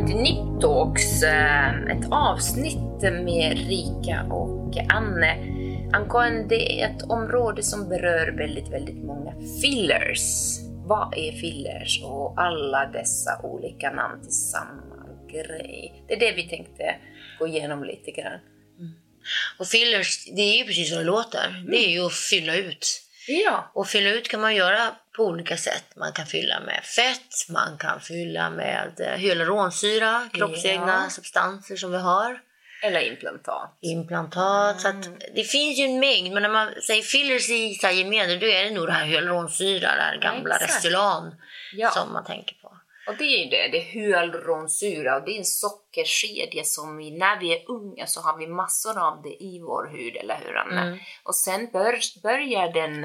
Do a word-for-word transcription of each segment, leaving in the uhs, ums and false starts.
till Niptalks, ett avsnitt med Rika och Anne angående ett område som berör väldigt, väldigt många fillers. Vad är fillers och alla dessa olika namn till samma grej? Det är det vi tänkte gå igenom lite grann. Mm. Och fillers, det är ju precis som det låter. Mm. Det är ju att fylla ut. Ja. Och fylla ut kan man göra på olika sätt. Man kan fylla med fett, man kan fylla med hyaluronsyra, kroppsegna ja. substanser som vi har. Eller implantat. Implantat. Mm. Så att det finns ju en mängd, men när man säger fillers i gemen, då är det nog det här hyaluronsyra, det här gamla ja, Restylane ja. som man tänker på. Och det är ju det, det är hyaluronsyra och det är en sockerkedja som vi, när vi är unga så har vi massor av det i vår hud, eller hur Anna? Mm. Och sen bör, börjar den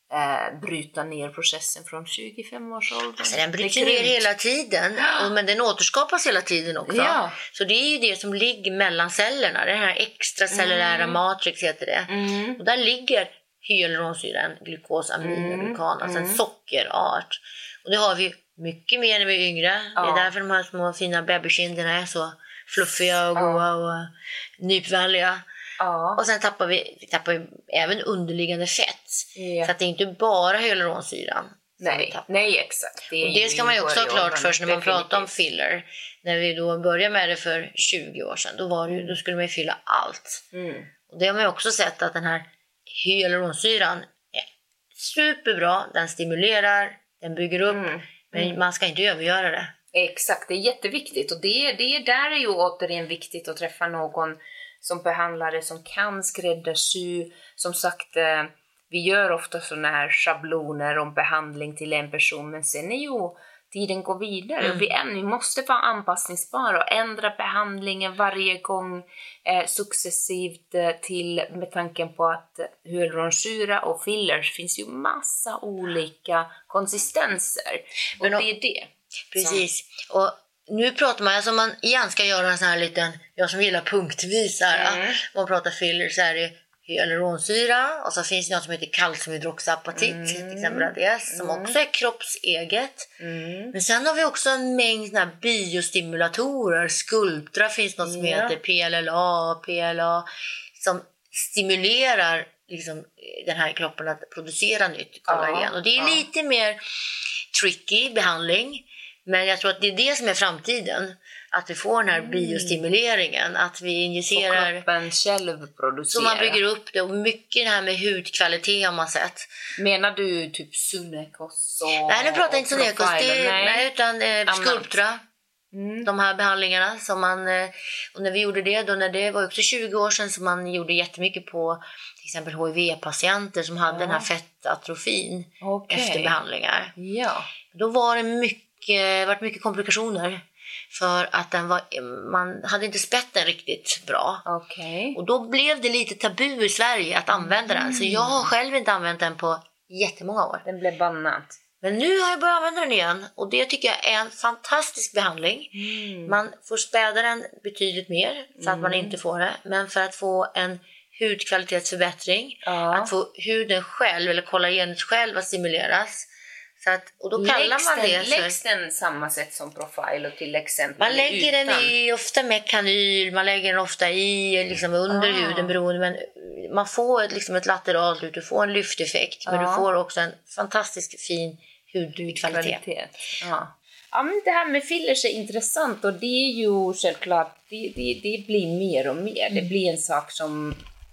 eh, bryta ner processen från tjugofem års ålder. Alltså den bryts ner hela tiden, och, men den återskapas hela tiden också. Ja. Så det är ju det som ligger mellan cellerna, den här extracellulära mm. matrix heter det. Mm. Och där ligger hyaluronsyran, glukosaminoglykan, mm. alltså en sockerart. Och det har vi mycket mer när vi är yngre. Ja. Det är därför de här små fina babykinderna är så fluffiga och goda ja. och nypvänliga. Ja. Och sen tappar vi, vi tappar vi även underliggande fett. Ja. Så att det är inte bara hyaluronsyran. Nej, nej exakt. Det, och det ska man ju också ha klart först när man pratar om filler. När vi då började med det för tjugo år sedan, då, var det, då skulle man ju fylla allt. Mm. Och det har man ju också sett att den här hyaluronsyran är superbra. Den stimulerar, den bygger upp. Mm. Men mm. man ska inte övergöra det. Exakt, det är jätteviktigt. Och det, det där är ju återigen viktigt att träffa någon som behandlare som kan skräddarsy. Som sagt, vi gör ofta såna här schabloner om behandling till en person. Men sen är ju tiden går vidare. Mm. Och vi, än, vi måste vara anpassningsbara och ändra behandlingen varje gång eh, successivt eh, till, med tanken på att hyaluronsyra och fillers finns ju massa olika konsistenser. Och Men, det är det. Precis. Så. Och nu pratar man, alltså man igen ska göra en sån här liten, jag som gillar punktvis här, mm. man pratar fillers så är det hyaluronsyra, och så finns det något som heter kalciumhydroxapatit, mm. till exempel A D S, som mm. också är kroppseget. Mm. Men sen har vi också en mängd såna här biostimulatorer. Sculptra finns något som ja. heter P L L A, P L A, som stimulerar liksom den här kroppen att producera nytt kollagen. Ja. Och det är ja. lite mer tricky behandling, men jag tror att det är det som är framtiden. Att vi får den här mm. biostimuleringen, att vi injicerar. Så kroppen själv producerar. Så man bygger upp det, och mycket det här med hudkvalitet har man sett. Menar du typ Sunekos och Nej, nu pratar jag inte Sunekos, nej. nej, utan eh, Sculptra. Mm. De här behandlingarna som man, eh, och när vi gjorde det då, när det var också tjugo år sedan, som man gjorde jättemycket på till exempel H I V-patienter som hade ja. den här fettatrofin okay. efter behandlingar. Ja. Då var det mycket, varit mycket komplikationer. För att den var, man hade inte spett den riktigt bra. Okay. Och då blev det lite tabu i Sverige att använda mm. den. Så jag har själv inte använt den på jättemånga år. Den blev bannad. Men nu har jag börjat använda den igen. Och det tycker jag är en fantastisk behandling. Mm. Man får späda den betydligt mer så mm. att man inte får det. Men för att få en hudkvalitetsförbättring. Ja. Att få huden själv, eller kollagenet själv, att stimuleras. Så att, och då kallar läggs man det den, läggs den samma sätt som Profile och till exempel man lägger utan. den i ofta med kanyl, man lägger den ofta i liksom under ah. huden beroende, men man får ett, liksom ett lateralt ut, du får en lyfteffekt ah. men du får också en fantastiskt fin hudkvalitet. Ja. Ja, men det här med fillers är intressant, och det är ju självklart det, det, det blir mer och mer. Mm. Det blir en sak som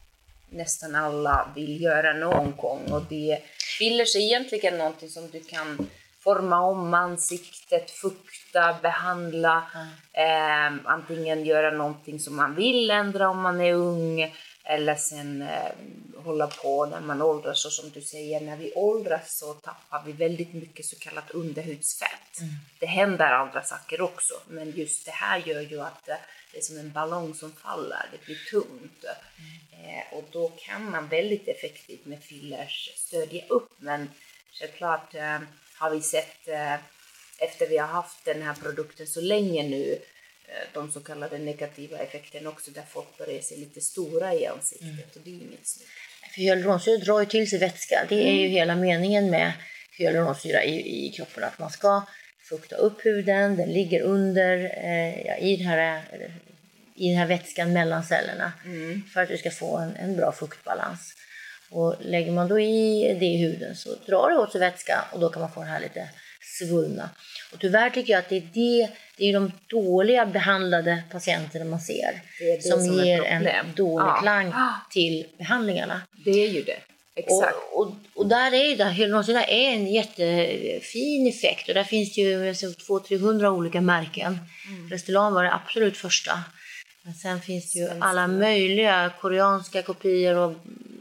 nästan alla vill göra någon gång, och det fillers är egentligen någonting som du kan forma om ansiktet, fukta, behandla, mm. eh, antingen göra någonting som man vill ändra om man är ung, eller sen eh, hålla på när man åldras. Och som du säger, när vi åldras så tappar vi väldigt mycket så kallat underhudsfett. Mm. Det händer andra saker också, men just det här gör ju att det är som en ballong som faller, det blir tungt. Mm. Eh, och då kan man väldigt effektivt med fillers stödja upp, men självklart eh, har vi sett eh, efter vi har haft den här produkten så länge nu, de så kallade negativa effekterna också, där folk börjar se lite stora i ansiktet. Mm. Och det är inget snyggt. För hyaluronsyra drar ju till sig vätska. Det är mm. ju hela meningen med hyaluronsyra i, i kroppen, att man ska fukta upp huden. Den ligger under eh, ja, i, den här, i den här vätskan mellan cellerna. Mm. För att du ska få en, en bra fuktbalans. Och lägger man då i det i huden så drar det åt sig vätska. Och då kan man få den här lite svullna. Och tyvärr tycker jag att det är, det, det är de dåliga behandlade patienterna man ser. Det är det som, som ger en dålig ja. klang ah. till behandlingarna. Det är ju det. Exakt. Och, och, och där är ju det, hyaluronsyra är en jättefin effekt. Och där finns det ju två till trehundra olika märken. Mm. Restylane var det absolut första. Men sen finns det ju Svenska. alla möjliga koreanska kopior och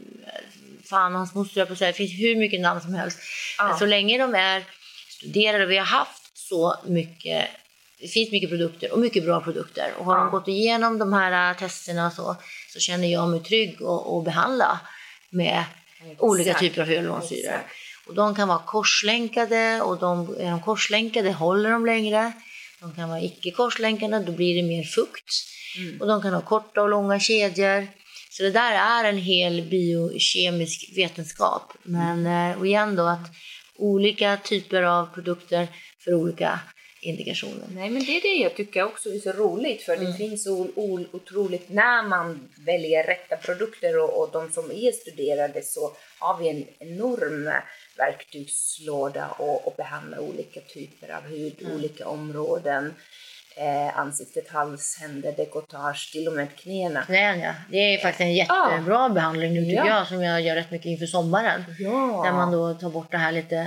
fan hans moster på sig. Det finns hur mycket namn som helst. Ja. Men så länge de är studerade, vi har haft så mycket, det finns mycket produkter och mycket bra produkter. Och har ja. de gått igenom de här testerna så, så känner jag mig trygg och, och behandla med Exakt. olika typer av hyaluronsyror. Och de kan vara korslänkade och de, är de korslänkade håller de längre. De kan vara icke korslänkade, då blir det mer fukt. Mm. Och de kan ha korta och långa kedjor. Så det där är en hel biokemisk vetenskap. Men mm. och igen då att olika typer av produkter för olika indikationer. Nej, men det är det jag tycker också är så roligt. För mm. det finns så o- otroligt när man väljer rätta produkter och, och de som är studerade så har vi en enorm verktygslåda och, och behandla olika typer av hud, mm. olika områden. Eh, ansiktet, hals, händer, dekolletage, till och med knäna. Knän, ja. Det är faktiskt en jättebra ja. behandling nu tycker ja. jag som jag gör rätt mycket inför sommaren. Ja. Där man då tar bort det här lite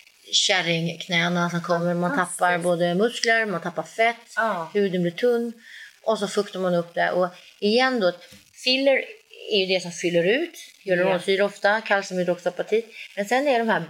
kärringknäna som kommer. Man tappar både muskler, man tappar fett, ja. huden blir tunn och så fuktar man upp det. Och igen då, filler är ju det som fyller ut. Hyaluronsyra ofta, kalciumhydroxapatit. Men sen är de här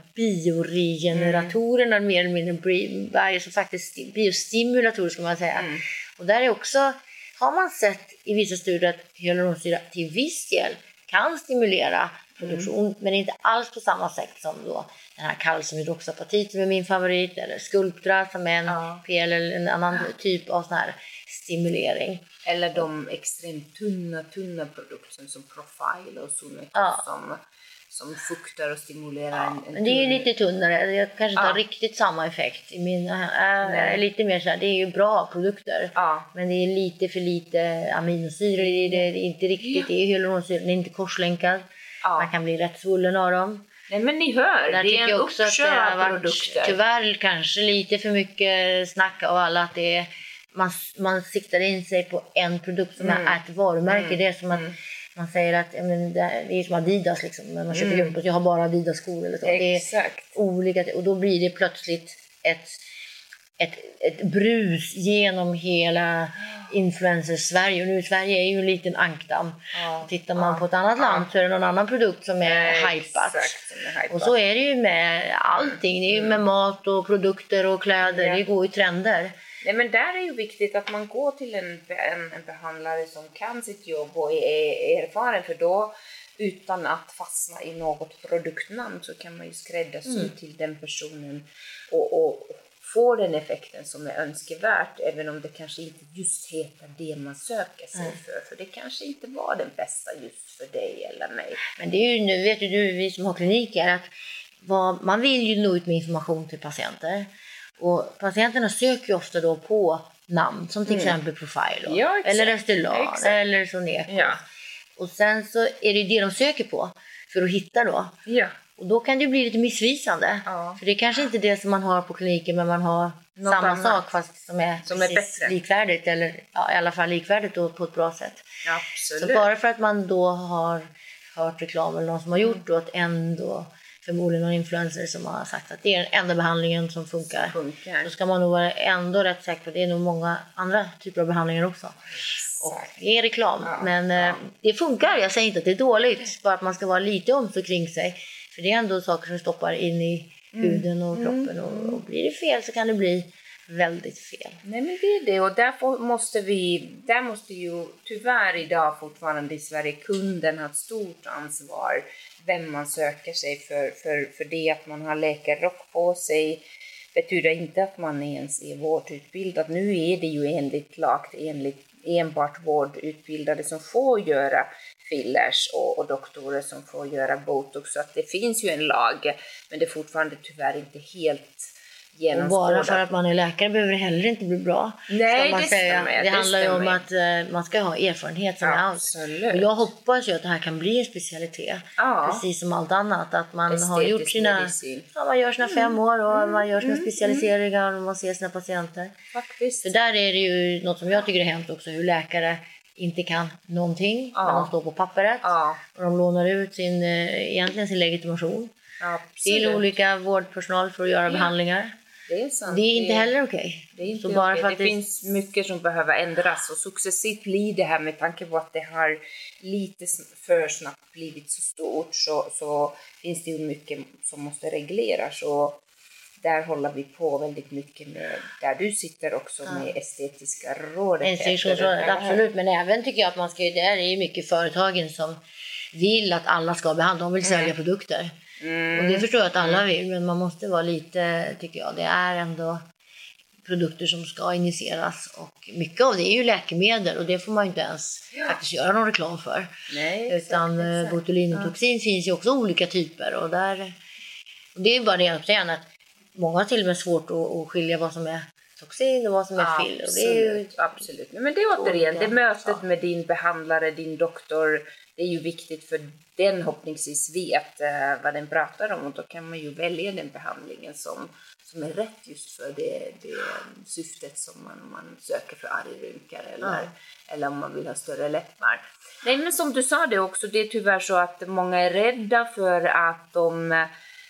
bioregeneratorerna mm. mer eller mindre bio, så faktiskt biostimulatorer ska man säga. Mm. Och där är också, har man sett i vissa studier att hyaluronsyra till viss del kan stimulera produktion. Mm. Men inte alls på samma sätt som då den här kalciumhydroxapatit som är min favorit. Eller Sculptra som är en ja. P L eller en annan typ av sån här stimulering. Eller de extremt tunna, tunna produkter som Profile och Sonex ja. som, som fuktar och stimulerar ja, en, en men det är ju lite tunnare. Jag kanske inte ja. har riktigt samma effekt. I min, äh, lite mer så här, det är ju bra produkter. Ja. Men det är lite för lite aminosyror. Det är, det är inte riktigt, ja. det är hyaluronsyra. Det är inte korslänkad. Ja. Man kan bli rätt svullen av dem. Nej, men ni hör, där det är en uppsjö av produkter. Tyvärr kanske lite för mycket snack av alla att det är Man, man siktar in sig på en produkt som mm. är ett varumärke. Mm. Det är som att mm. man säger att ja, men det är som Adidas liksom. Men man köper mm. jag har bara Adidas skor eller så. Exakt. Det är olika, och då blir det plötsligt ett, ett, ett brus genom hela influencer-Sverige. Och nu Sverige är ju en liten ankdamm. Ja. Tittar man ja. på ett annat ja. land så är det någon annan produkt som är ja, hypat. Och så är det ju med allting. Det är ju med mat och produkter och kläder. Ja. Det går i trender. Nej, men där är ju viktigt att man går till en, en, en behandlare som kan sitt jobb och är erfaren, för då utan att fastna i något produktnamn så kan man ju skräddarsy mm. till den personen och, och få den effekten som är önskvärt, även om det kanske inte just heter det man söker sig mm. för, för det kanske inte var den bästa just för dig eller mig. Men det är ju, nu vet ju du, vi som har kliniker, att vad, man vill ju nå ut med information till patienter. Och patienterna söker ju ofta då på namn som till mm. exempel Profile ja, eller Restylane eller Sonex. Ja. Och sen så är det det de söker på för att hitta då. Ja. Och då kan det bli lite missvisande. Ja. För det är kanske inte det som man har på kliniken, men man har något samma annat. sak fast som är, som är bättre. Likvärdigt. Eller ja, i alla fall likvärdigt då, på ett bra sätt. Absolut. Så bara för att man då har hört reklam eller någon som har gjort då, att ändå förmodligen någon influencer som har sagt att det är den enda behandlingen som funkar. funkar. Då ska man nog vara ändå rätt säker på att det är nog många andra typer av behandlingar också. Och det är reklam. Ja, men ja. Eh, det funkar. Jag säger inte att det är dåligt. Bara att man ska vara lite om så kring sig. För det är ändå saker som stoppar in i huden och kroppen. Mm. Och, och blir det fel så kan det bli väldigt fel. Nej, men det är det. Och därför måste vi, där måste ju tyvärr idag fortfarande i Sverige kunden ha ett stort ansvar vem man söker sig för. För, för det att man har läkarrock på sig betyder inte att man ens är vårdutbildad. Nu är det ju enligt lag, enligt enbart vårdutbildade som får göra fillers och, och doktorer som får göra botox. Så att det finns ju en lag, men det är fortfarande tyvärr inte helt Och bara för att man är läkare behöver det heller inte bli bra. Nej, man det säga. stämmer. Det, det handlar ju om stämmer. att uh, man ska ha erfarenhet som Absolut. allt. Och jag hoppas ju att det här kan bli en specialitet. Ja. Precis som allt annat. Att man Estetisk har gjort sina... Ja, man gör sina mm. fem år och mm. man gör sina mm. specialiseringar och man ser sina patienter. Faktiskt. Så där är det ju något som jag tycker är hemskt också. Hur läkare inte kan någonting. Ja. När de står på pappret. Ja. Och de lånar ut sin, egentligen sin legitimation. Absolut. Till olika vårdpersonal för att göra ja. behandlingar. Det är, sant. Det är inte heller okej. Det, är inte så bara för att det, det finns mycket som behöver ändras och successivt blir det här med tanke på att det har lite för snabbt blivit så stort så, så finns det ju mycket som måste regleras och där håller vi på väldigt mycket med där du sitter också ja. med estetiska rådet. Estetiska absolut, men även tycker jag att man ska, det är ju mycket företagen som vill att alla ska behandla, de vill sälja mm. produkter. Mm. Och det förstår jag att alla vill, men man måste vara lite, tycker jag, det är ändå produkter som ska injiceras och mycket av det är ju läkemedel och det får man ju inte ens ja. faktiskt göra någon reklam för. Nej, exakt, utan exakt. botulinumtoxin ja. finns ju också olika typer och där och det är bara det jag säger att många har till och med svårt att, att skilja vad som är toxin och vad som är ja, filler. Och det är ju absolut. Men det är återigen, det mötet ja. med din behandlare, din doktor, det är ju viktigt för den hoppningsvis vet uh, vad den pratar om och då kan man ju välja den behandlingen som, som är rätt just för det, det syftet som man, man söker för argrynkar eller, ja. eller om man vill ha större läppar. Nej, men som du sa det också, det är tyvärr så att många är rädda för att de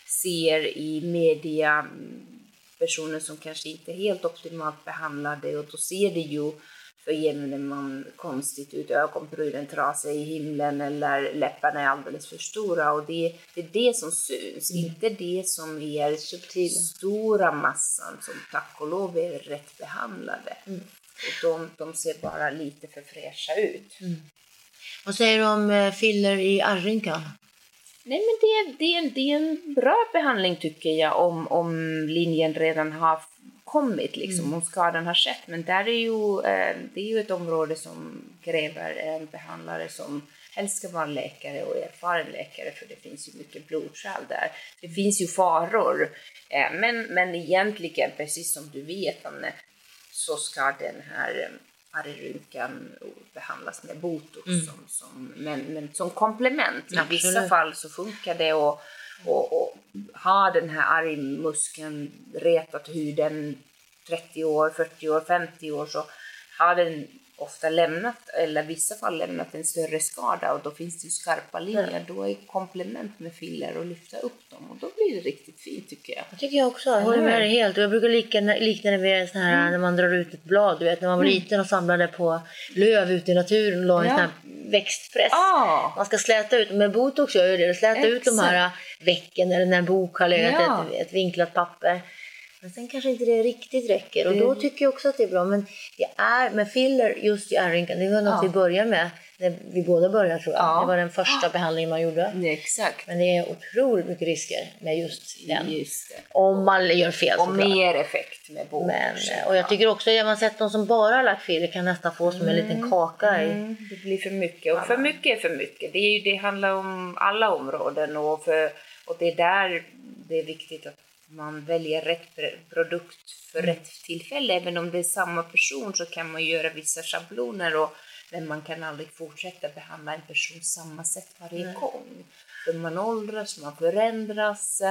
ser i media personer som kanske inte är helt optimalt behandlade och då ser det ju för gemene man konstigt ut, ögonbrynen trasar i himlen eller läpparna är alldeles för stora och det, det är det som syns, mm. inte det som är subtila stora massan som tack och lov är rätt behandlade. Mm. Och de, de ser bara lite för fräscha ut. Mm. Vad säger du om filler i arrynkan? Nej, men det är, det, är en, det är en bra behandling tycker jag om, om linjen redan har kommit, liksom, mm. om skadan har skett. Men där är ju, eh, det är ju ett område som kräver en behandlare som helst ska vara läkare och erfaren läkare för det finns ju mycket blodkärl där. Det finns ju faror, eh, men, men egentligen, precis som du vet Anne, så ska den här arrynkan behandlas med botox mm. som, som, men, men som komplement. I Absolut. vissa fall så funkar det och, och, och ha den här armmuskeln retat huden trettio år, fyrtio år, femtio år så har den ofta lämnat, eller i vissa fall lämnat en större skada och då finns det ju skarpa linjer. Mm. Då är komplement med filler och lyfta upp dem och då blir det riktigt fint tycker jag. Det tycker jag också, jag håller med dig helt och jag brukar likna, likna det med sån här, mm. när man drar ut ett blad, du vet när man var mm. liten och samlade på löv ute i naturen och la en ja. sån här växtpress. Ah. Man ska släta ut, med botox gör ju det, släta Exakt. ut de här vecken eller när en bok har legat ja. ett, ett vinklat papper. Men sen kanske inte det riktigt räcker. Och då tycker jag också att det är bra. Men det är med filler just i arrynkan. Det var något ja. vi började med. När vi båda började tror jag. Ja. Det var den första behandlingen man gjorde. Nej, exakt. Men det är otroligt mycket risker med just den. Just det. Om man gör fel. Och mer effekt med botox. Men, och jag tycker också att jag har sett de som bara har lagt filler kan nästan få som en mm. liten kaka. I. Mm. Det blir för mycket. Och för mycket är för mycket. Det, är ju, det handlar om alla områden. Och, för, och det är där det är viktigt att man väljer rätt produkt för mm. rätt tillfälle. Även om det är samma person så kan man göra vissa schabloner. Och, men man kan aldrig fortsätta behandla en person samma sätt varje mm. gång. För man åldras, man förändras.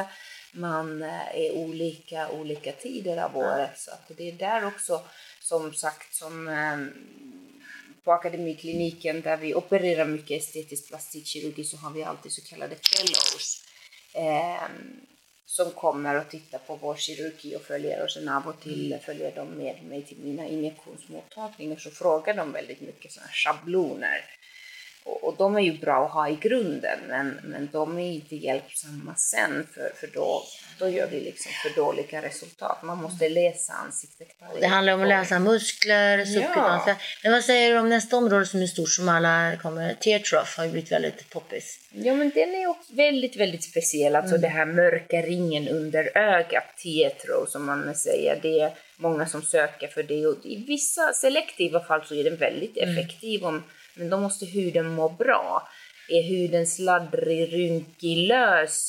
Man är olika olika tider av året. Så att det är där också som sagt som på akademikliniken där vi opererar mycket estetisk plastikkirurgi så har vi alltid så kallade fellows. Eh, som kommer och tittar på vår kirurgi och följer oss av och till följer de med mig till mina injektionsmottagningar så frågar de väldigt mycket sådana schabloner. Och, och de är ju bra att ha i grunden men, men de är inte hjälpsamma sen för, för då, då gör vi liksom för dåliga resultat. Man måste läsa ansiktet. Det handlar om att läsa muskler, subkutanser. Ja. Men vad säger du om nästa område som är stort som alla kommer? Tear trough har ju blivit väldigt poppis. Ja men den är också väldigt väldigt speciell. Alltså mm. det här mörka ringen under ögat, tear trough som man säger. Det är många som söker för det och i vissa selektiva fall så är den väldigt mm. effektiv om men då måste huden må bra. Är huden sladdrig, rynkig, lös,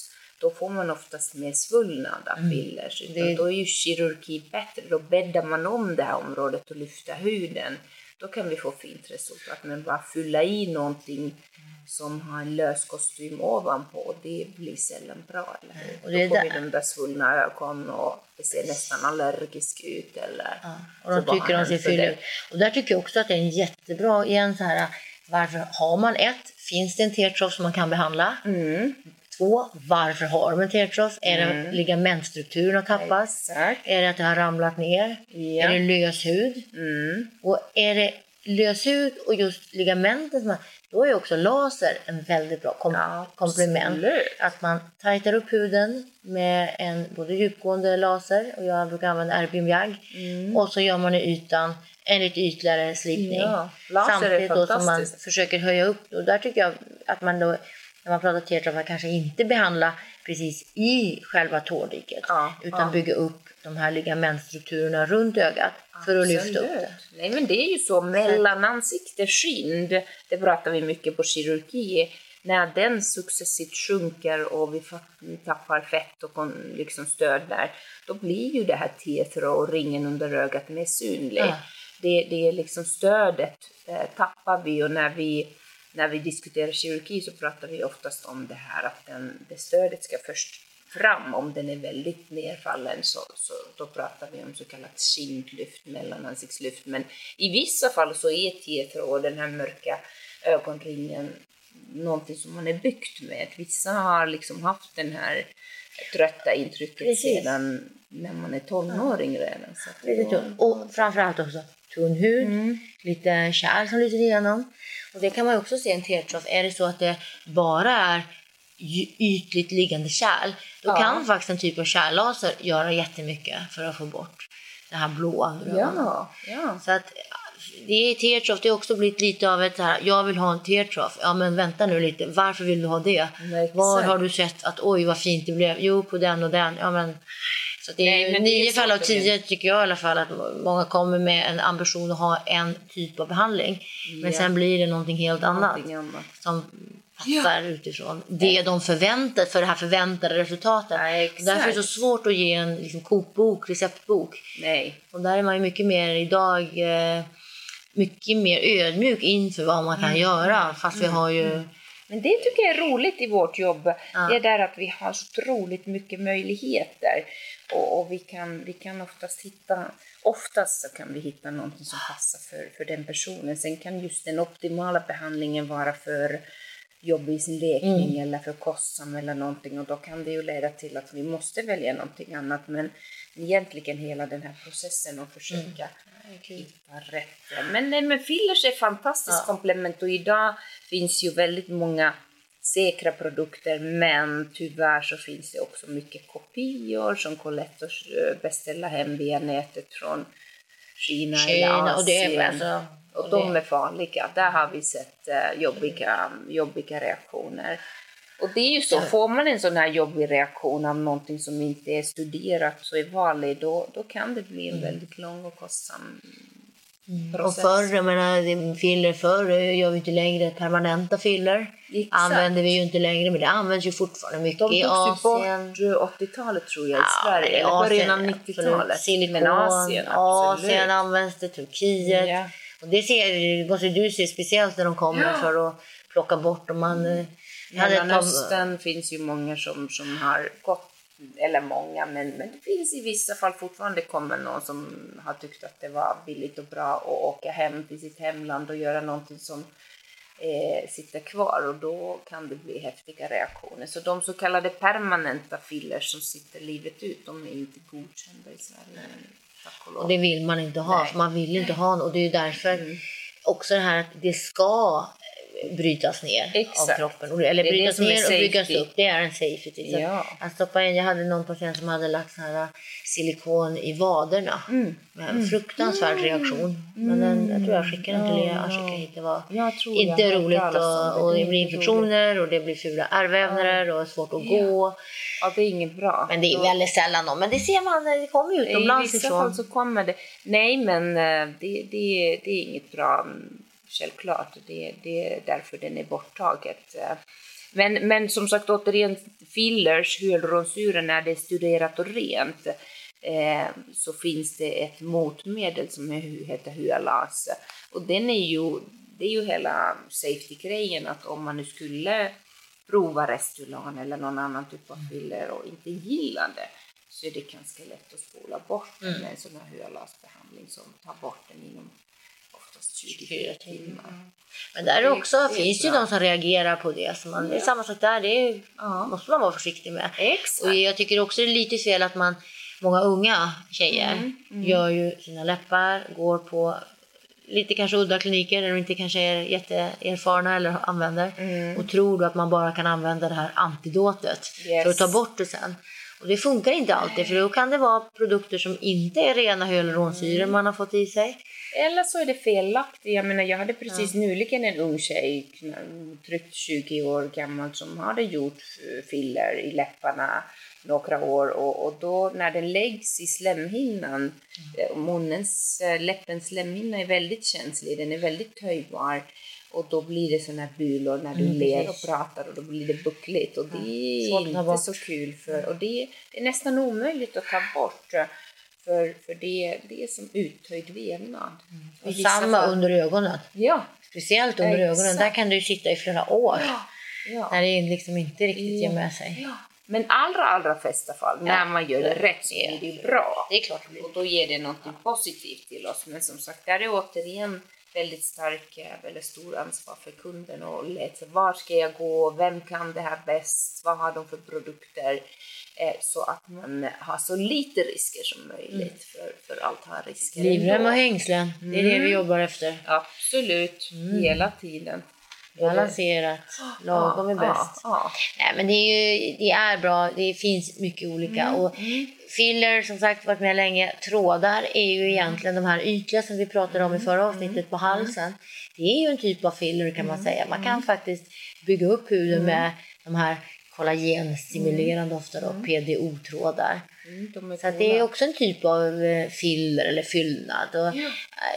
då får man oftast mer svullnad av Mm. fillers. Utan Det- då är ju kirurgi bättre. Då bäddar man om det här området och lyfter huden. Då kan vi få fint resultat. Men bara fylla i någonting som har en lös kostym ovanpå, det blir sällan bra. Eller hur? Och det är då får där- vi de där svullna ögon och det ser nästan allergisk ut. Eller Ja, och så de bara tycker de ser för fylliga det. ut. Och där tycker jag också att det är en jättebra, igen så här, varför har man ett? Finns det en teartrof som man kan behandla? Mm. Två, varför har de en teartrof? Är det ligamentstrukturen har tappats? Exakt. Är det att det har ramlat ner? Ja. Är det lös hud? Mm. Och är det lös hud och just ligamenten, som man, då är också laser en väldigt bra kom- Ja, komplement. absolut. Att man tajtar upp huden med en både djupgående laser, och jag brukar använda erbium-jag, Mm. och så gör man i ytan en lite ytligare slipning. Ja, laser är Samtidigt då som man fantastiskt. försöker höja upp. Och där tycker jag att man då, när man pratar teartrof, kanske inte behandla precis i själva tårdiket, Ja, utan ja. bygga upp de här ligamentstrukturerna runt ögat för att lyfta upp det. Nej, men det är ju så, mellan ansiktesskinn, det, det pratar vi mycket på kirurgi, när den successivt sjunker och vi fa- tappar fett och kon- liksom stöd där, då blir ju det här tetra och ringen under ögat mer synlig. Ja. Det, det är liksom stödet eh, tappar vi, och när vi när vi diskuterar kirurgi så pratar vi oftast om det här att den, det stödet ska först fram. Om den är väldigt nedfallen så, så då pratar vi om så kallat kindlyft, mellanansiktslyft. Men i vissa fall så är tetra och den här mörka ögonringen någonting som man är byggt med. Vissa har liksom haft den här trötta intrycket Precis. sedan när man är tonåring redan. Så att Lite då- tunn. Och framförallt också tunn hud, Mm. lite kärl som lyser igenom. Och det kan man ju också se i en teartrof. Är det så att det bara är y- ytligt liggande kärl, då Ja. kan faktiskt en typ av kärllaser göra jättemycket för att få bort det här blåa under ögonen. Ja, ja. Så att det är teartrof, det har också blivit lite av ett så här, jag vill ha en teartrof. Ja, men vänta nu lite, varför vill du ha det? Nej, exakt. Var har du sett att oj vad fint det blev? Jo, på den och den. Ja, men så att det är Nej, ju men det är nio så fall av att det är- tio, tycker jag i alla fall, att många kommer med en ambition att ha en typ av behandling. Men Ja. sen blir det någonting helt annat Någonting annat. som passar utifrån det de förväntar, för det här förväntade resultatet. Ja, exakt. Därför är det så svårt att ge en liksom, kokbok, receptbok. Nej. Och där är man ju mycket mer idag eh, mycket mer ödmjuk inför vad man kan Mm. göra. Fast vi har ju... Men det tycker jag är roligt i vårt jobb. Ja. Det är där att vi har så otroligt mycket möjligheter. Och, och vi, kan, vi kan oftast hitta, oftast så kan vi hitta någonting som passar för, för den personen. Sen kan just den optimala behandlingen vara för jobbig i sin läkning eller för kostsam eller någonting. Och då kan det ju leda till att vi måste välja någonting annat. Men egentligen hela den här processen och försöka hitta rätt. Men, nej, men fillers är ett fantastiskt Ja. komplement, och idag finns ju väldigt många säkra produkter, men tyvärr så finns det också mycket kopior som går lätt att eh, beställa hem via nätet från Kina, eller Kina och det Asien. är alltså... Och de är farliga. Där har vi sett eh, jobbiga, jobbiga reaktioner. Och det är ju så, får man en sån här jobbig reaktion av någonting som inte är studerat så är vanligt, då, då kan det bli en väldigt lång och kostsam Och process. förr, jag menar, det- filler förr gör vi inte längre permanenta filler. Exakt. Använder vi ju inte längre, men det används ju fortfarande mycket De i togs ju Asien. bort åttiotalet tror jag i Ja, Sverige, i eller början av Asien, nittiotalet. absolut. Silikon, Men Asien, absolut. Asien används det, Turkiet. Ja. Och det ser, måste du se speciellt när de kommer Ja. för att plocka bort dem. Man, eh, jag hade ett par- Mellanöstern finns ju många som, som har gått, eller många, men, men det finns i vissa fall fortfarande kommer någon som har tyckt att det var billigt och bra att åka hem till sitt hemland och göra någonting som eh, sitter kvar, och då kan det bli häftiga reaktioner. Så de så kallade permanenta fillers som sitter livet ut, de är inte godkända i Sverige. Tack och lov. Och det vill man inte ha. Nej. För man vill inte ha, och det är ju därför Mm. också det här att det ska eh, brytas ner Exakt. av kroppen. Och- Eller Det är det brytas som är ner och byggas safety. upp. Det är en safety. Så Ja. att stoppa in, jag hade någon patient som hade lagt så här silikon i vaderna. Mm. Med en fruktansvärd reaktion. Men den, jag tror jag skickade den till er. Jag skickade hit. Det var Jag tror inte jag har hört roligt, talas om och, och det är blir inte infektioner och det blir fula ärrvävnader och svårt att gå. Ja, det är inget bra. Men det är Då- väldigt sällan om. Men det ser man, det kommer ju I utomlands vissa ifrån. fall så kommer det. Nej, men eh, det, det, det är inget bra, mm, självklart. Det, det är därför den är borttaget. Eh, Men, men som sagt återigen, fillers, hyaluronsyra, när det är studerat och rent eh, så finns det ett motmedel som heter hyalas. Och den är ju, det är ju hela safety-grejen, att om man nu skulle prova Restylan eller någon annan typ av filler och inte gillar det, så är det ganska lätt att spola bort mm. med en sån här hyalasbehandling som tar bort den inom oftast tjugofyra timmar. Mm. Men där också det, finns det ju de som reagerar på det. Så man, ja. Det är samma sak där, det är, ja. måste man vara försiktig med. Exakt. Och jag tycker också det är lite fel att man, många unga tjejer mm. Mm. gör ju sina läppar, går på lite kanske udda kliniker där de inte kanske är jätteerfarna eller använder mm. och tror då att man bara kan använda det här antidotet yes. för att ta bort det sen. Och det funkar inte alltid, för då kan det vara produkter som inte är rena hyaluronsyror mm. man har fått i sig. Eller så är det felaktigt. Jag menar, jag hade precis ja. nyligen en ung tjej, drygt tjugo år gammal, som hade gjort filler i läpparna några år. Och, och då när den läggs i slemhinnan, mm. munnens, läppens slemhinna är väldigt känslig, den är väldigt töjbar. Och då blir det såna här bulor när du mm, ler och pratar, och då blir det buckligt. Och det är ja, inte bort. så kul. För, och det är, det är nästan omöjligt att ta bort. För, för det, det är som uttöjd vävnad. Mm. Och samma fall. under ögonen. Ja. Speciellt under Exakt. ögonen. Där kan du sitta i flera år. Ja. Ja. När det liksom inte riktigt ger med sig. Ja. Men allra, allra flesta fall, ja. när man gör det rätt, så är det ju bra. Det är klart. Och då ger det något ja. positivt till oss. Men som sagt, där är återigen väldigt stark, väldigt stor ansvar för kunden och leta, var ska jag gå, vem kan det här bäst, vad har de för produkter, eh, så att man har så lite risker som möjligt mm. för, för allt har risker. Livrem och hängslen, det är mm. det vi jobbar efter. Absolut, mm. hela tiden. Balanserat, lagom är bäst. Ja, ja. Nej, men det är ju, det är bra, det finns mycket olika mm. och filler, som sagt, varit med länge. Trådar är ju egentligen de här ytliga som vi pratade om i förra avsnittet på halsen. Det är ju en typ av filler, kan man säga. Man kan faktiskt bygga upp huden med de här kollagenstimulerande, ofta då, P D O-trådar. Mm, så att det är också en typ av filler eller fyllnad. Och ja.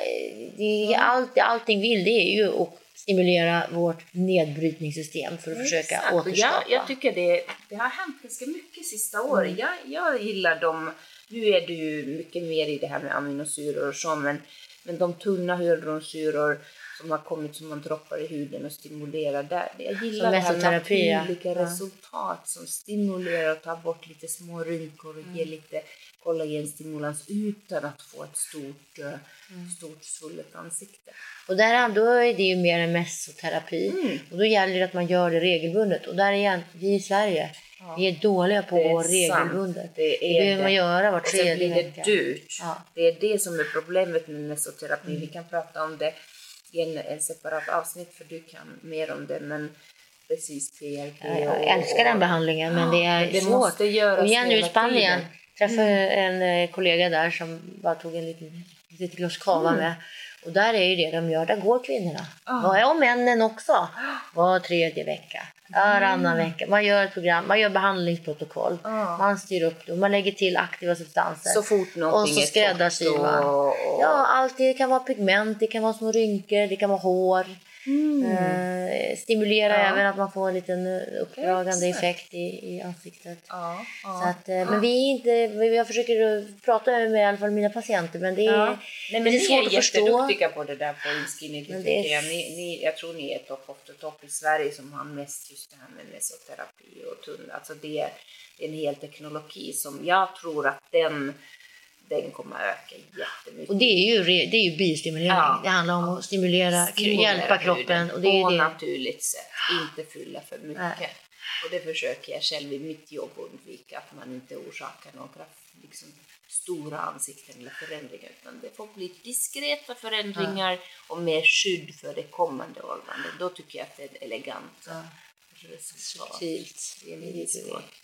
det är allt, allting vill, det är ju att stimulera vårt nedbrytningssystem för att Exakt. försöka återskapa. Jag, jag tycker det, det har hänt ganska mycket sista året. Mm. Jag, jag gillar dem. Nu är du mycket mer i det här med aminosyror och så, men, men de tunna hyaluronsyror som har kommit som man droppar i huden och stimulerar där. Jag gillar det här naturliga ja. resultat som stimulerar och tar bort lite små rynkor och mm. ger lite kollagenstimulans utan att få ett stort, mm. stort svullet ansikte. Och där då är det ju mer en mesoterapi. Mm. Och då gäller det att man gör det regelbundet. Och där igen, vi i Sverige, ja. vi är dåliga på att gå regelbundet. Det, är det behöver man göra vart tredje vecka. Och sen blir det dyrt. Ja. Det är det som är problemet med mesoterapi. Mm. Vi kan prata om det i en, en separat avsnitt, för du kan mer om det, men precis P R P. Ja, jag älskar den behandlingen, men det är men det svårt. Måste göras och igen nu i Spanien träffade mm. en kollega där som bara tog en liten, liten glas kava mm. med. Och där är ju det de gör, där går kvinnorna. Oh. Och männen också. Var tredje vecka, varannan mm. vecka. Man gör ett program, man gör behandlingsprotokoll. Oh. Man styr upp det, man lägger till aktiva substanser. Så fort någonting och så skräddarsyr man. Och... Ja, allt det kan vara pigment, det kan vara små rynkor, det kan vara hår. Mm. Eh, stimulera ja. även att man får en liten uppdragande Exakt. effekt i, i ansiktet. Ja, ja, så att, eh, ja. Men vi är inte, vi, jag försöker prata med i alla fall mina patienter, men det är, ja. Nej, men det är svårt är att förstå. Ni är jätteduktiga på det där på Inskinny, det är... jag. Ni, ni, jag tror ni är topp of the top i Sverige som har mest just det här med mesoterapi och tunn. Alltså det är en hel teknologi som jag tror att den den kommer att öka jättemycket. Och det är ju, det är ju biostimulering. Ja. Det handlar om att stimulera, stimulera hjälpa kroppen. Och det är på det. naturligt sätt. Inte fylla för mycket. Nej. Och det försöker jag själv i mitt jobb undvika. Att man inte orsakar några liksom, stora ansikten eller förändringar. Utan det får bli diskreta förändringar ja. och mer skydd för det kommande åldrandet. Då tycker jag att det är elegant. Ja. Subtilt. Det är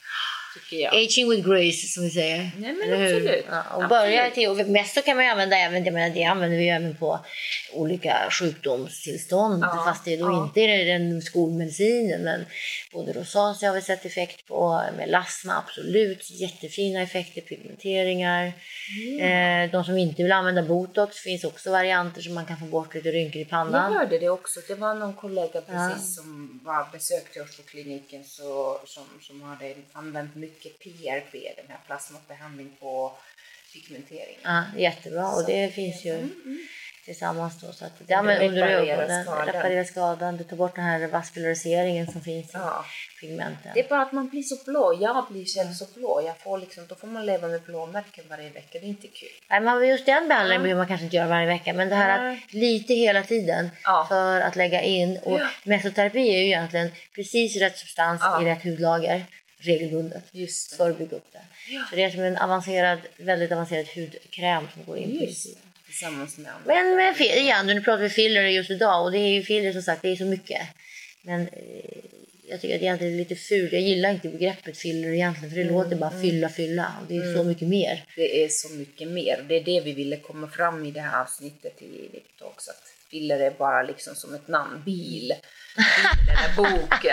tycker jag. Aging with grace, som vi säger. Nej, men absolut. Ja, och börja till, och mest så kan man ju använda även, jag menar, det använder vi även på olika sjukdomstillstånd, Ja, fast det är då ja. inte är den skolmedicinen, men både rosacea har vi sett effekt på, med lasma absolut, jättefina effekter, pigmenteringar. Mm. Eh, de som inte vill använda botox, finns också varianter som man kan få bort lite rynkor i pannan. Jag hörde det också, det var någon kollega precis ja. som var besökte oss på kliniken så, som, som hade använt mycket P R P, den här plasmabehandling på pigmentering. Ja, jättebra, och det så, finns ju mm, mm. tillsammans då, så att det använder under ögonen, reparera skadan, du tar bort den här vaskulariseringen som finns ja. i pigmenten. Det är bara att man blir så blå, jag blir själv så blå, jag får liksom, då får man leva med blåmärken varje vecka, det är inte kul. Nej, man, just den behandlingen ja. behöver man kanske inte göra varje vecka, men det här ja. att lite hela tiden ja. för att lägga in, och ja. mesoterapi är ju egentligen precis rätt substans ja. i rätt hudlager regelbundet just för att bygga upp det. Ja. Så det är som en avancerad, väldigt avancerad hudkräm som går in på insidan. Tillsammans med andra. Men med filler, igen, nu pratar vi filler just idag, och det är ju filler som sagt, det är så mycket. Men eh, jag tycker att det egentligen är lite fult. Jag gillar inte begreppet filler egentligen, för det mm, låter bara fylla, fylla. Och det är mm. så mycket mer. Det är så mycket mer. Det är det vi ville komma fram i det här avsnittet i Nipto också. Att filler är bara liksom som ett namn. Bil, bil eller bok.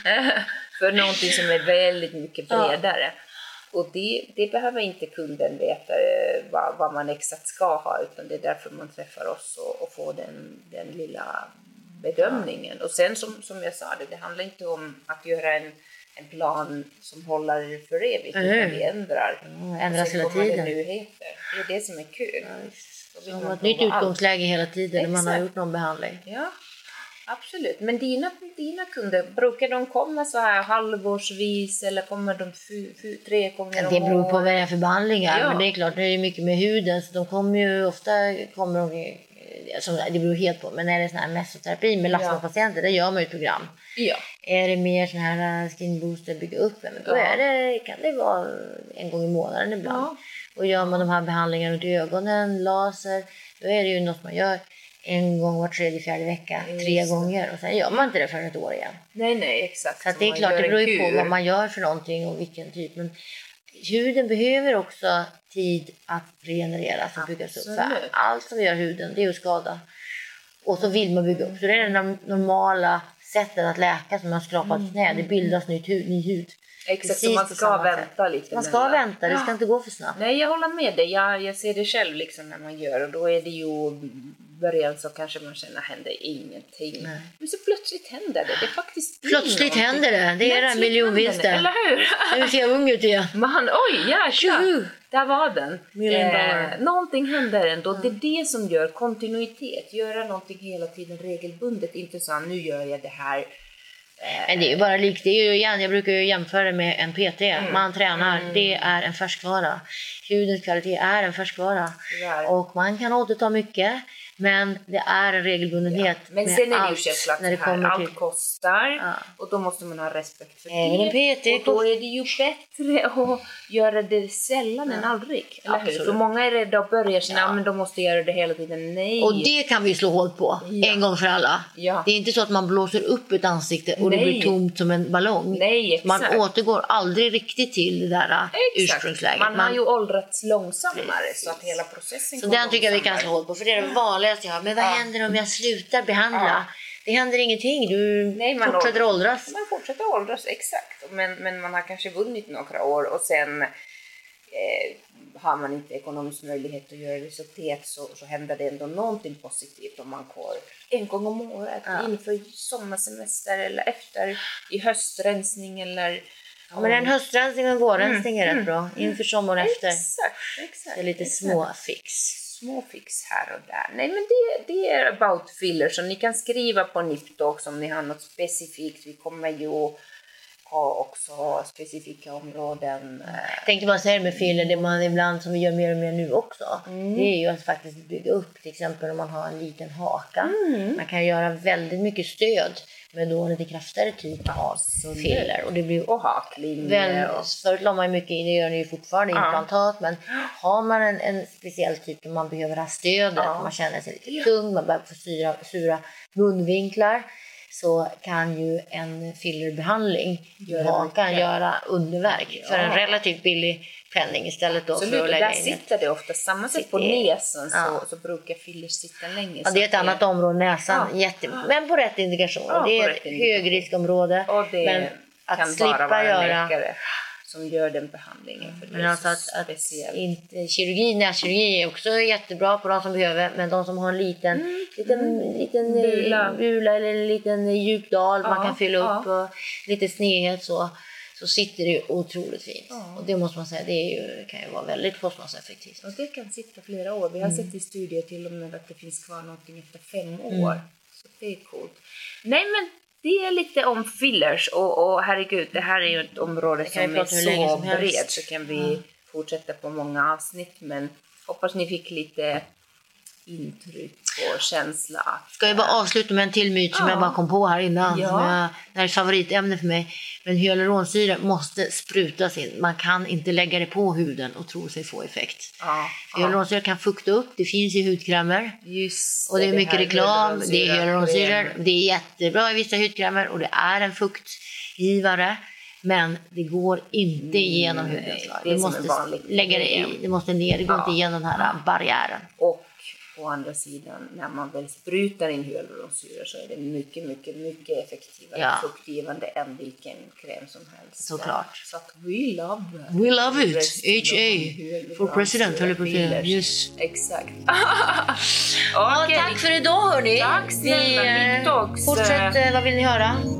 För någonting som är väldigt mycket bredare. Ja. Och det, det behöver inte kunden veta vad, vad man exakt ska ha, utan det är därför man träffar oss och, och får den, den lilla bedömningen. Ja. Och sen som, som jag sa, det, det handlar inte om att göra en, en plan som håller för evigt, mm. utan vi ändrar. Mm, ändras hela tiden. Nyheter. Det är det som är kul. Ja, som ett nytt utgångsläge hela tiden när man har gjort någon behandling. Ja. Absolut, men dina, dina kunder, brukar de komma så här halvårsvis eller kommer de fy, fy, tre gånger om Det beror på vad det är för behandlingar, ja. men det är klart, det är mycket med huden, så de kommer ju ofta, kommer de, alltså, det beror helt på, men när det är sån här mesoterapi med lasmapatienter, ja. det gör man ju ett program. Ja. Är det mer sån här skin booster, bygga upp, men då är det, kan det vara en gång i månaden ibland. Ja. Och gör man de här behandlingarna ut i ögonen, laser, då är det ju något man gör en gång var tredje, fjärde vecka, mm. tre gånger. Och sen gör man inte det för ett år igen. Nej, nej, exakt. Så att det är klart, det beror ju på vad man gör för någonting och vilken typ. Men huden behöver också tid att regenereras och byggas upp. För allt som gör huden, det är att skada. Och så vill man bygga upp. Så det är det normala sättet att läka, som man skrapar mm. knä. Det bildas ny hud. Ny hud. Exakt, så man ska vänta lite. Man ska vänta, det ska ja. inte gå för snabbt. Nej, jag håller med dig. Jag, jag ser det själv liksom när man gör. Och då är det ju början så kanske man känner händer ingenting. Nej. Men så plötsligt händer det. Det är faktiskt plötsligt händer det. Det är den miljonvinsten. Eller hur? Nu ser jag ung ut igen. Man, oj, jäklar. Där var den. Eh, någonting händer ändå. Mm. Det är det som gör kontinuitet. Göra någonting hela tiden regelbundet. Inte så nu gör jag det här. Men det är ju bara likt, det är ju igen, jag brukar ju jämföra med en P T. Mm. Man tränar, mm. det är en färskvara. Hudens kvalitet är en färskvara. Ja. Och man kan återta mycket, men det är en regelbundenhet. Ja. Men sen är det ju självklart när det här, allt till... kostar. Ja. Och då måste man ha respekt för Även det. En P T och då är det ju bättre att göra det sällan ja. än aldrig. Eller hur? För många är rädda att börja sina, ja. men de måste göra det hela tiden. Nej. Och det kan vi slå hål på, ja. en gång för alla. Ja. Det är inte så att man blåser upp ett ansikte och Nej. det blir tomt som en ballong. Nej, exakt. Man återgår aldrig riktigt till det där ursprungsläget. Man, man har ju åldrats långsammare. Precis. Så att hela processen så den tycker jag vi kan slå hål på, för det är det vanligaste jag har. Men vad ja. händer om jag slutar behandla? Ja. Det händer ingenting, du Nej, man fortsätter åldras. åldras. Man fortsätter åldras, exakt. Men, men man har kanske vunnit några år och sen eh, har man inte ekonomisk möjlighet att göra resultat, så, så händer det ändå någonting positivt om man går en gång om året ja. inför sommarsemester eller efter i höstrensning eller... Ja, men en höstrensning och en vårrensning mm, är rätt mm, bra inför sommaren efter. Exakt, exakt. Det är lite exakt. små fix. Små fix här och där. Nej, men det, det är about filler. Så ni kan skriva på Niptalks om ni har något specifikt. Vi kommer ju ha också specifika områden. Jag tänkte bara säga med filler, det man ibland som vi gör mer och mer nu också. Mm. Det är ju att faktiskt bygga upp, till exempel om man har en liten haka. Mm. Man kan göra väldigt mycket stöd med då lite kraftigare typ av filler. Och det blir och haklinjer. Och... Förut la man mycket i, det gör ni ju fortfarande, ja. implantat. Men har man en, en speciell typ där man behöver ha stödet, ja. man känner sig lite tung, man behöver få syra, sura munvinklar. så kan ju en fillerbehandling Göra ha, mycket. kan göra underverk Ja. för en relativt billig penning istället då Absolut, för att och lägga där in ett. sitter det ofta samma sätt på Sitter- näsan Ja. så, så brukar fillers sitta länge. Ja, det är ett så annat område, näsan. Ja. Jätte... Men på rätt indikation. Ja, det på är rätt ett indikation. högriskområde. Och det Men att kan slippa bara vara en göra- läkare som gör den behandlingen. För det Men är alltså så att, att speciellt. inte, kirurgi, näskirurgi är också jättebra på de som behöver. Men de som har en liten, liten, liten Bula. bula. bula eller en liten djupdal Ja, man kan fylla upp ja. och lite snedhet så, så sitter det ju otroligt fint. Ja. Och det måste man säga, det är ju, kan ju vara väldigt kostnadseffektivt. Och det kan sitta flera år. Vi har Mm. sett i studier till och med att det finns kvar någonting efter fem år. Så det är coolt. Nej, men det är lite om fillers. Och, och herregud, det här är ju ett område Det kan vi som är prata hur länge så som helst. bred. Så kan vi fortsätta på många avsnitt. Men hoppas ni fick lite intryck och känsla. att- Ska jag bara avsluta med en till myt som Ja. jag bara kom på här innan. Ja. Som jag, det här är ett favoritämne för mig. Men hyaluronsyra måste sprutas in. Man kan inte lägga det på huden och tro sig få effekt. Ja, ja. Hyaluronsyror kan fukta upp. Det finns i hudkrämer. Just Och det är mycket här reklam. Det är hyaluronsyror. hyaluronsyror. Det är jättebra i vissa hudkrämer. Och det är en fuktgivare. Men det går inte igenom huden. nej, Det det är som måste en vanlig lägga det i. krem. Det måste ner. Det går Ja. inte igenom den här barriären. Och å andra sidan, när man väl sprutar in hyaluronsyra så är det mycket, mycket, mycket effektivare Ja. fruktgivande än vilken kräm som helst. Såklart. Så att we love that. We love it. Resten H A av hyaluronsyra for president, höll jag på att säga. fillers. Yes. Exakt. Ja, Okej. tack för idag hörni. Tack snälla, Vi, eh, vi dogs, Fortsätt, eh, vad vill ni höra?